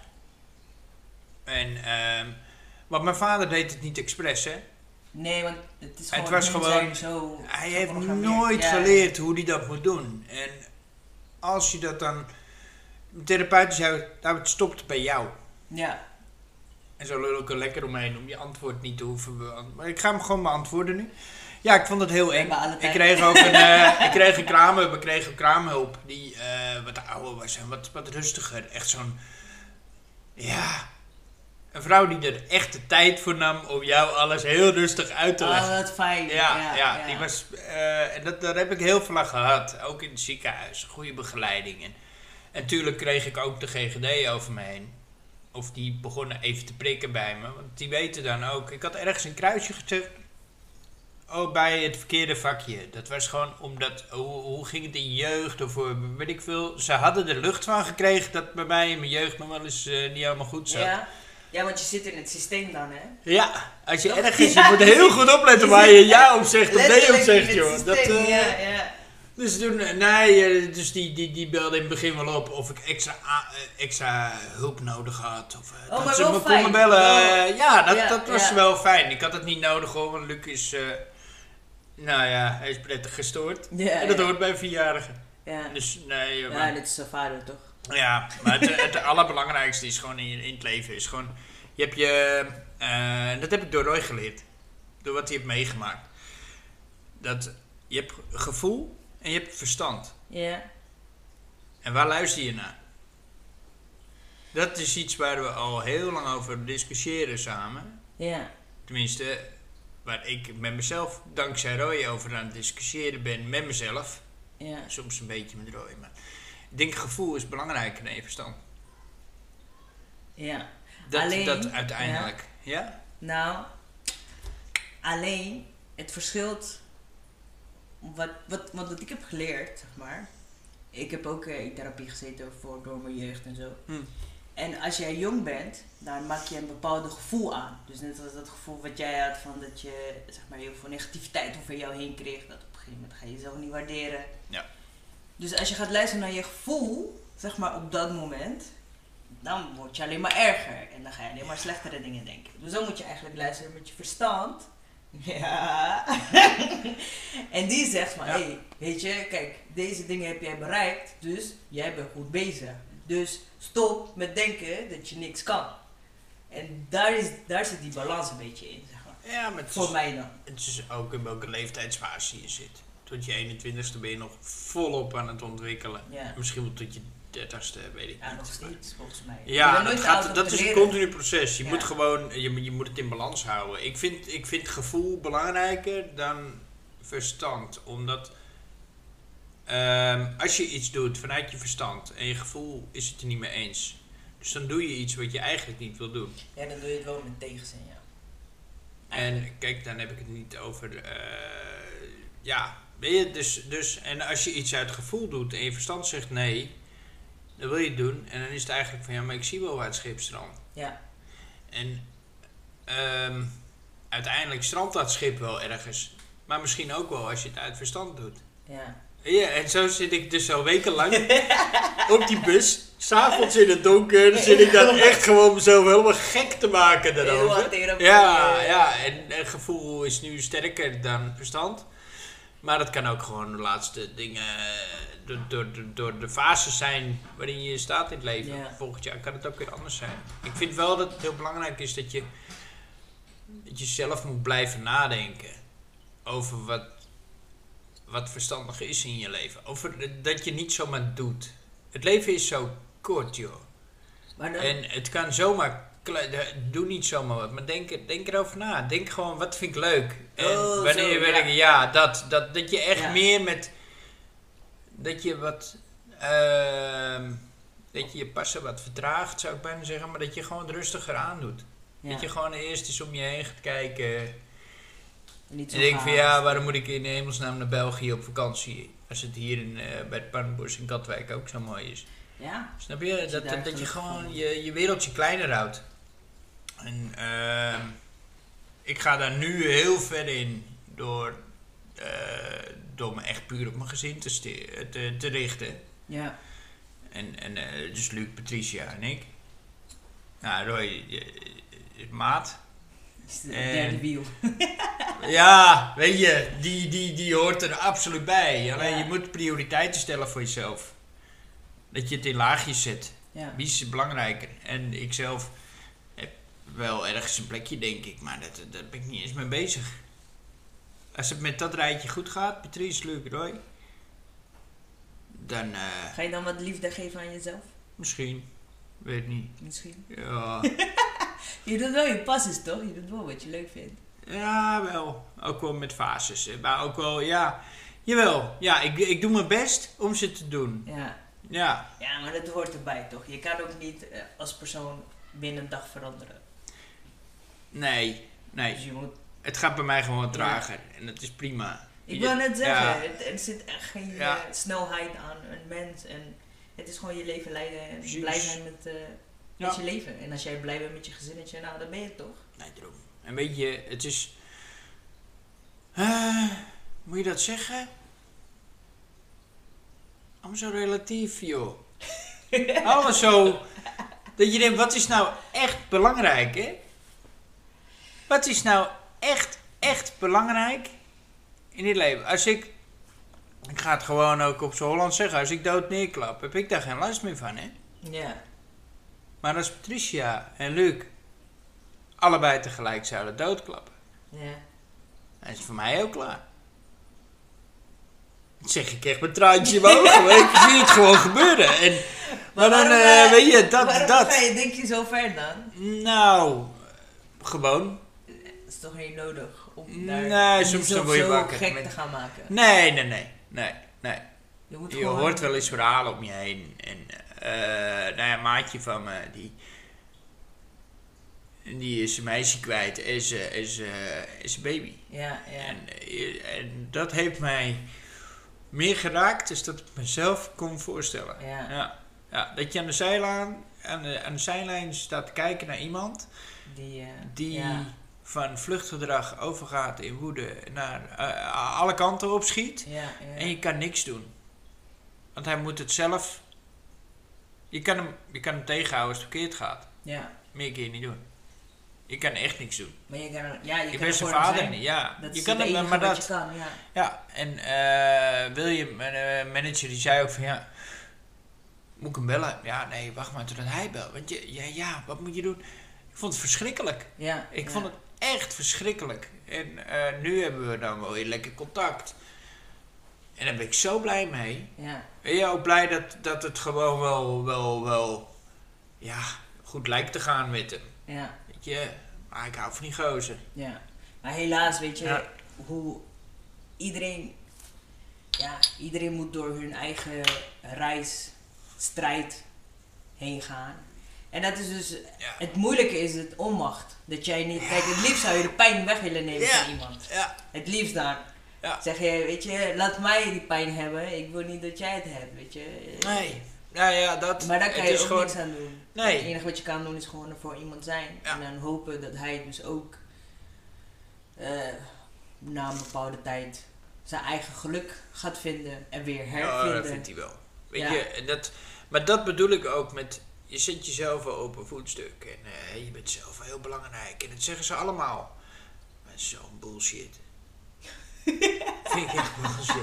En, uh, want mijn vader deed het niet expres, hè. Nee, want het is gewoon... Het was gewoon zo hij heeft nooit ja. geleerd hoe hij dat moet doen. En als je dat dan... De therapeut zei, nou, het stopt bij jou. Ja. En zo lul ik er lekker omheen om je antwoord niet te hoeven beantwoorden. Maar ik ga hem gewoon beantwoorden nu. Ja, ik vond het heel eng. Ik kreeg ook een, uh, ik kreeg een kraamhulp. Ik kreeg een kraamhulp die uh, wat ouder was en wat, wat rustiger. Echt zo'n... Ja... Een vrouw die er echt de tijd voor nam om jou alles heel rustig uit te leggen. Oh, wat fijn. Ja, ja, ja, ja. Die was, uh, en dat, daar heb ik heel veel aan gehad. Ook in het ziekenhuis. Goede begeleiding. En, en tuurlijk kreeg ik ook de G G D over me heen. Of die begonnen even te prikken bij me. Want die weten dan ook. Ik had ergens een kruisje gezet. Oh, bij het verkeerde vakje. Dat was gewoon omdat... Hoe, hoe ging het in jeugd? Of weet ik veel. Ze hadden er lucht van gekregen dat bij mij in mijn jeugd nog wel eens uh, niet helemaal goed zat. Ja. Ja, want je zit in het systeem dan, hè? Ja, als je Toch? ergens... Ja, je moet heel goed opletten je waar je ja op zegt of nee op zegt, joh. Dat, uh, ja, ja. Dus toen... Nee, dus die, die, die belde in het begin wel op of ik extra, uh, extra hulp nodig had. Of uh, oh, dat ze me me fijn. konden bellen. Oh. Ja, dat, ja, dat was ja. wel fijn. Ik had het niet nodig, hoor. Want Luc is... Uh, nou ja, hij is prettig gestoord. Ja, en dat ja. hoort bij een vierjarige. Ja. Dus nee... Ja, maar, dit is zijn vader, toch? ja, maar het, het allerbelangrijkste is gewoon in, in het leven is gewoon... Je hebt je... Uh, dat heb ik door Roy geleerd. Door wat hij heeft meegemaakt. Dat je hebt gevoel en je hebt verstand. Ja. En waar luister je naar? Dat is iets waar we al heel lang over discussiëren samen. Ja. Tenminste, waar ik met mezelf, dankzij Roy, over aan het discussiëren ben met mezelf. Ja. Soms een beetje met Roy, maar ik denk gevoel is belangrijker dan je verstand. Ja. Dat, alleen, dat uiteindelijk, ja? ja? Nou, alleen, het verschilt, wat, wat, wat, wat ik heb geleerd, zeg maar. Ik heb ook uh, in therapie gezeten voor, door mijn jeugd en zo. Hm. En als jij jong bent, dan maak je een bepaald gevoel aan. Dus net als dat gevoel wat jij had van dat je, zeg maar, heel veel negativiteit over jou heen kreeg. Dat op een gegeven moment ga je jezelf niet waarderen. Ja. Dus als je gaat luisteren naar je gevoel, zeg maar, op dat moment, dan word je alleen maar erger. En dan ga je alleen maar slechtere dingen denken. Dus dan moet je eigenlijk luisteren met je verstand. Ja. En die zegt van, hé, Ja. hey, weet je, kijk, deze dingen heb jij bereikt, dus jij bent goed bezig. Dus stop met denken dat je niks kan. En daar, is, daar zit die balans een beetje in, zeg maar. Ja, maar het Voor is, mij dan. het is ook in welke leeftijdsfase je zit. Tot je eenentwintigste ben je nog volop aan het ontwikkelen. Ja. Misschien wel tot je dertigste, weet ik Ja, niet. nog steeds, volgens mij. Ja, Je bent dat, nooit te oud gaat, om dat te is een leren. continu proces. Je Ja. moet gewoon, je, je moet het in balans houden. Ik vind, ik vind gevoel belangrijker dan verstand. Omdat Um, als je iets doet vanuit je verstand en je gevoel is het er niet mee eens. Dus dan doe je iets wat je eigenlijk niet wil doen. Ja, dan doe je het wel met tegenzin, ja. En kijk, dan heb ik het niet over... Uh, ja, weet je, dus, dus... En als je iets uit gevoel doet en je verstand zegt nee, dan wil je het doen. En dan is het eigenlijk van, ja, maar ik zie wel waar het schip strandt. Ja. En um, uiteindelijk strandt dat schip wel ergens. Maar misschien ook wel als je het uit verstand doet. Ja. Ja, en zo zit ik dus al wekenlang op die bus. 'S'avonds in het donker zit ik dan echt gewoon mezelf helemaal gek te maken daarover. Ja, ja, en het gevoel is nu sterker dan verstand. Maar dat kan ook gewoon de laatste dingen, door, door, door, door de fases zijn waarin je staat in het leven. Ja. Volgend jaar kan het ook weer anders zijn. Ik vind wel dat het heel belangrijk is dat je, dat je zelf moet blijven nadenken over wat... wat verstandig is in je leven. Over dat je niet zomaar doet. Het leven is zo kort, joh. Maar dan... En het kan zomaar... Doe niet zomaar wat, maar denk, denk erover na. Denk gewoon, wat vind ik leuk? En oh, wanneer zo, je werkt, ja, ja dat, dat, dat je echt ja. meer met... Dat je wat... Uh, dat je je passen wat vertraagt, zou ik bijna zeggen. Maar dat je gewoon het rustiger aandoet. Ja. Dat je gewoon eerst eens om je heen gaat kijken... Niet zo en ik denk gaaf. van ja, waarom moet ik in hemelsnaam naar België op vakantie? Als het hier in, uh, bij het Pannenbos in Katwijk ook zo mooi is. Ja. Snap je? Dat, je dat, dat je gewoon je, je wereldje kleiner houdt. En uh, ik ga daar nu heel ver in door, uh, door me echt puur op mijn gezin te, sti- te, te richten. Ja. En, en uh, dus Luc, Patricia en ik. Nou, Roy, je, je, maat. Het derde wiel. Ja, weet je, die, die, die hoort er absoluut bij. Alleen ja. je moet prioriteiten stellen voor jezelf. Dat je het in laagjes zet. Ja. Wie is belangrijker? En ik zelf heb wel ergens een plekje, denk ik. Maar dat, daar ben ik niet eens mee bezig. Als het met dat rijtje goed gaat, Patrice, Luc, Roy. Dan... Uh, Ga je dan wat liefde geven aan jezelf? Misschien. Weet niet. Misschien. Ja. Je doet wel je passes, toch? Je doet wel wat je leuk vindt. Ja, wel. Ook wel met fases. Maar ook wel, ja... Jawel. Ja, ik, ik doe mijn best om ze te doen. Ja. Ja. Ja, maar dat hoort erbij, toch? Je kan ook niet uh, als persoon binnen een dag veranderen. Nee. Nee. Dus je moet... Het gaat bij mij gewoon trager. Ja. En dat is prima. Ik wil net zeggen, ja. het, er zit echt geen ja. uh, snelheid aan een mens. En het is gewoon je leven leiden en Precies. blij zijn met, uh, ja. met je leven. En als jij blij bent met je gezinnetje, nou, dan ben je het toch? Nee, daarom. En weet je, het is... Uh, moet je dat zeggen? Allemaal zo relatief, joh. Alles zo... Dat je denkt, wat is nou echt belangrijk, hè? Wat is nou echt, echt belangrijk in dit leven? Als ik... Ik ga het gewoon ook op z'n Holland zeggen. Als ik dood neerklap, heb ik daar geen last meer van, hè? Ja. Maar als Patricia en Luc allebei tegelijk zouden doodklappen, Ja. dan is het voor mij ook klaar. Dat zeg ik echt met traantje in mijn ogen. Ik zie het gewoon gebeuren. En, maar, maar dan, waarom, uh, weet je, dat, waarom dat. ga je, denk je, zo ver dan? Nou, gewoon. Het is toch niet nodig om daar Nee, soms dan word je zo wakker. gek Met... te gaan maken? Nee, nee, nee, nee, nee. Je, moet Je gewoon... hoort wel eens verhalen om je heen. En, uh, nou ja, een maatje van me, die... Die is een meisje kwijt, is, uh, is, uh, is een baby. Ja, ja. En, uh, en dat heeft mij meer geraakt dus dat ik mezelf kon voorstellen. Ja. Ja. Ja, dat je aan de, zijlijn, aan, de, aan de zijlijn staat te kijken naar iemand die, uh, die ja. van vluchtgedrag overgaat in woede naar uh, alle kanten opschiet. Ja, ja. En je kan niks doen. Want hij moet het zelf... Je kan hem, je kan hem tegenhouden als het verkeerd gaat. Ja. Meer kun je niet doen. Je kan echt niks doen. Maar je kan, ja, je je kan bent zijn vader niet, ja. Dat je is kan het hem, enige maar wat dat, je kan, ja. Ja, en uh, William, mijn uh, manager, die zei ook van ja, moet ik hem bellen? Ja, nee, wacht maar totdat hij belt. Want je, ja, ja, wat moet je doen? Ik vond het verschrikkelijk. Ja, ik ja. vond het echt verschrikkelijk. En uh, nu hebben we dan wel weer lekker contact. En daar ben ik zo blij mee. Ja. Ben je ook blij dat, dat het gewoon wel, wel, wel, ja, goed lijkt te gaan met hem. Ja. Weet je, maar ik hou van die gozer. Ja. Maar helaas, weet je, Ja. hoe iedereen ja, iedereen moet door hun eigen reis, strijd heen gaan. En dat is dus, Ja. het moeilijke is het onmacht. Dat jij niet, kijk, het liefst zou je de pijn weg willen nemen Ja. van iemand. Ja. Het liefst dan. Ja. Zeg je, weet je, laat mij die pijn hebben, ik wil niet dat jij het hebt, weet je. Nee. Nou ja, dat... Maar daar kan het je is ook gewoon, niks aan doen. Nee. Het enige wat je kan doen is gewoon er voor iemand zijn. Ja. En dan hopen dat hij dus ook eh, na een bepaalde tijd zijn eigen geluk gaat vinden en weer Ja, hervinden. dat vindt hij wel. Weet Ja. je, en dat, maar dat bedoel ik ook met... Je zet jezelf wel op een voetstuk. En eh, je bent zelf heel belangrijk. En dat zeggen ze allemaal. Maar zo'n bullshit. Vind ik echt bullshit.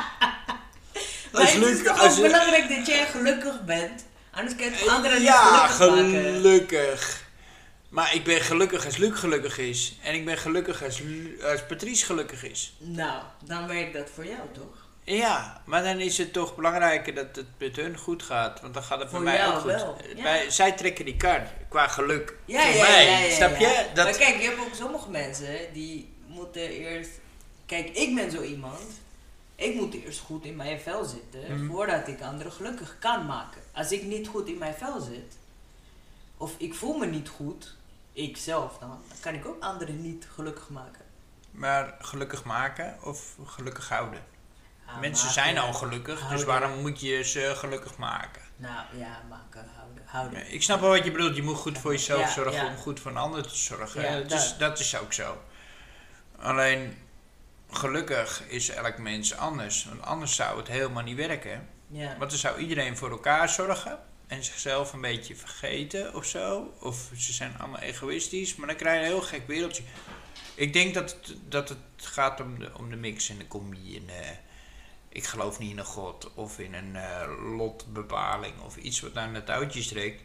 Maar Als het is Luc- toch als ook je- belangrijk dat jij gelukkig bent. Anders kan je het anderen niet Ja, gelukkig maken. gelukkig. Maar ik ben gelukkig als Luc gelukkig is. En ik ben gelukkig als, Lu- als Patrice gelukkig is. Nou, dan werkt dat voor jou toch? Ja, maar dan is het toch belangrijker dat het met hun goed gaat. Want dan gaat het Voor met mij jou ook goed. wel, ja. Wij, zij trekken die kar qua geluk. Ja, voor ja, mij. ja, ja, Snap ja. je? Dat, Maar kijk, je hebt ook sommige mensen die moeten eerst... Kijk, ik ben zo iemand. Ik moet eerst goed in mijn vel zitten Mhm. voordat ik anderen gelukkig kan maken. Als ik niet goed in mijn vel zit, of ik voel me niet goed, ik zelf dan, dan kan ik ook anderen niet gelukkig maken. Maar gelukkig maken of gelukkig houden? Ja, Mensen maken, zijn al gelukkig, dus houden. waarom moet je ze gelukkig maken? Nou ja, maken, houden. houden. Ik snap wel wat je bedoelt. Je moet goed voor jezelf Ja, zorgen ja. om goed voor een ander te zorgen. Ja, dat, is, dat. dat is ook zo. Alleen, gelukkig is elk mens anders. Want anders zou het helemaal niet werken. Ja. Want dan zou iedereen voor elkaar zorgen. En zichzelf een beetje vergeten of zo. Of ze zijn allemaal egoïstisch. Maar dan krijg je een heel gek wereldje. Ik denk dat het, dat het gaat om de, om de mix en de combi. En, eh, ik geloof niet in een god of in een eh, lotbepaling of iets wat aan het touwtje trekt.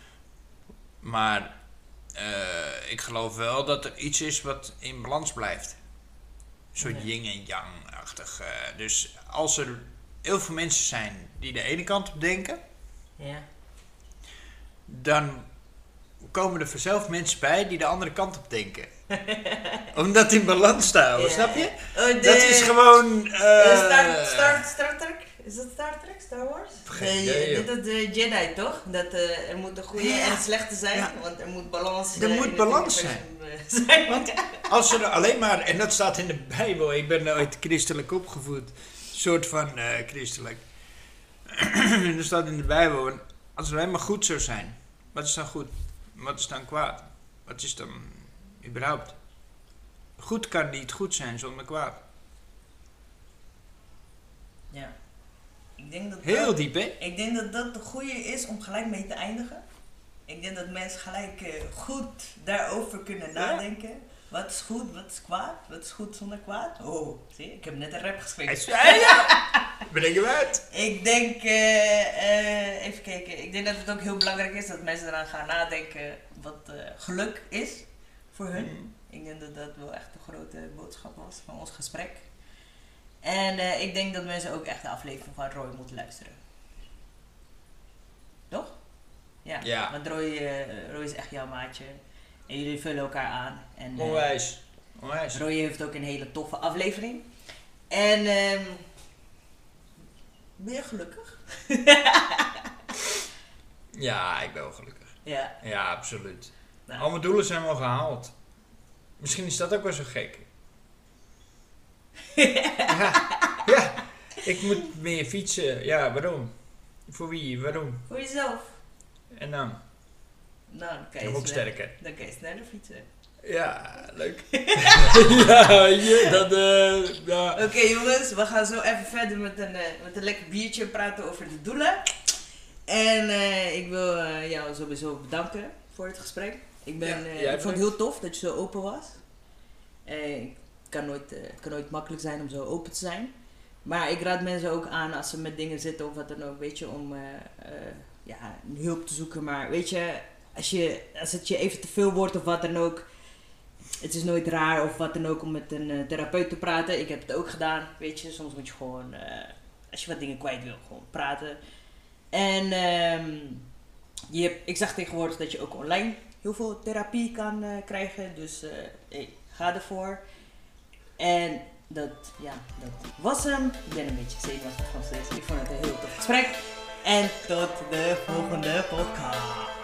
Maar eh, ik geloof wel dat er iets is wat in balans blijft. Een soort Ja. yin en yang-achtig. eh. dus als er heel veel mensen zijn die de ene kant op denken, Ja. dan komen er vanzelf mensen bij die de andere kant op denken. Om dat in balans te houden, Ja. snap je? Oh, de, Dat is gewoon... eh, eh, Star, Star, Star Trek? Is dat Star Trek? Star Wars? Geen De- idee, joh. Dit is de Jedi toch? Dat eh, er moet een goede Ja. en een slechte zijn, Ja. want er moet balans Er eh, moet in het balans universum, eh, zijn. Want als er alleen maar, en dat staat in de Bijbel, ik ben nooit christelijk opgevoed, soort van eh, christelijk. Er staat in de Bijbel, als het alleen maar goed zou zijn, wat is dan goed? Wat is dan kwaad? Wat is dan überhaupt? Goed kan niet goed zijn zonder kwaad. Ja. Ik denk dat Heel dat, diep, hè? ik denk dat dat de goede is om gelijk mee te eindigen. Ik denk dat mensen gelijk eh, goed daarover kunnen Ja. nadenken. Wat is goed, wat is kwaad? Wat is goed zonder kwaad? Oh, zie, ik heb net een rap geschreven. Ja, ja. Breng hem uit. Ik denk, eh, eh, even kijken, ik denk dat het ook heel belangrijk is dat mensen eraan gaan nadenken wat eh, geluk is voor hun. Mm. Ik denk dat dat wel echt een grote boodschap was van ons gesprek. En eh, ik denk dat mensen ook echt de aflevering van Roy moeten luisteren. Toch? Ja, Ja. want Roy, eh, Roy is echt jouw maatje. En jullie vullen elkaar aan. En, eh, Onwijs. Onwijs. Roy heeft ook een hele toffe aflevering. En ehm ben je gelukkig? Ja, ik ben wel gelukkig. Ja. Ja, absoluut. Nou, Al mijn doelen zijn wel gehaald. Misschien is dat ook wel zo gek. ja, ja, ik moet meer fietsen. Ja, waarom? Voor wie? Waarom? voor jezelf. En dan? Nou, dan kan je, Dan word ik sneller- sterker. dan kan je sneller fietsen. Ja, leuk. ja, je, dat, eh, ja. Oké jongens, we gaan zo even verder met een, eh, met een lekker biertje praten over de doelen. En eh, ik wil eh, jou sowieso bedanken voor het gesprek. Ik, ben, Ja, eh, jij ik vond het bedankt. heel tof dat je zo open was. Eh, het, kan nooit, eh, het kan nooit makkelijk zijn om zo open te zijn. Maar ik raad mensen ook aan als ze met dingen zitten of wat dan ook, weet je, om eh, eh, ja, hulp te zoeken. Maar weet je, als, je, als het je even te veel wordt of wat dan ook, het is nooit raar of wat dan ook om met een eh, therapeut te praten. Ik heb het ook gedaan, weet je. Soms moet je gewoon, eh, als je wat dingen kwijt wil, gewoon praten. En ehm, je hebt, ik zag tegenwoordig dat je ook online heel veel therapie kan eh, krijgen. Dus eh, hey, ga ervoor. En dat, ja, dat was hem. Ik ben een beetje zenuwachtig van steeds. Ik vond het een heel tof gesprek. En tot de volgende podcast.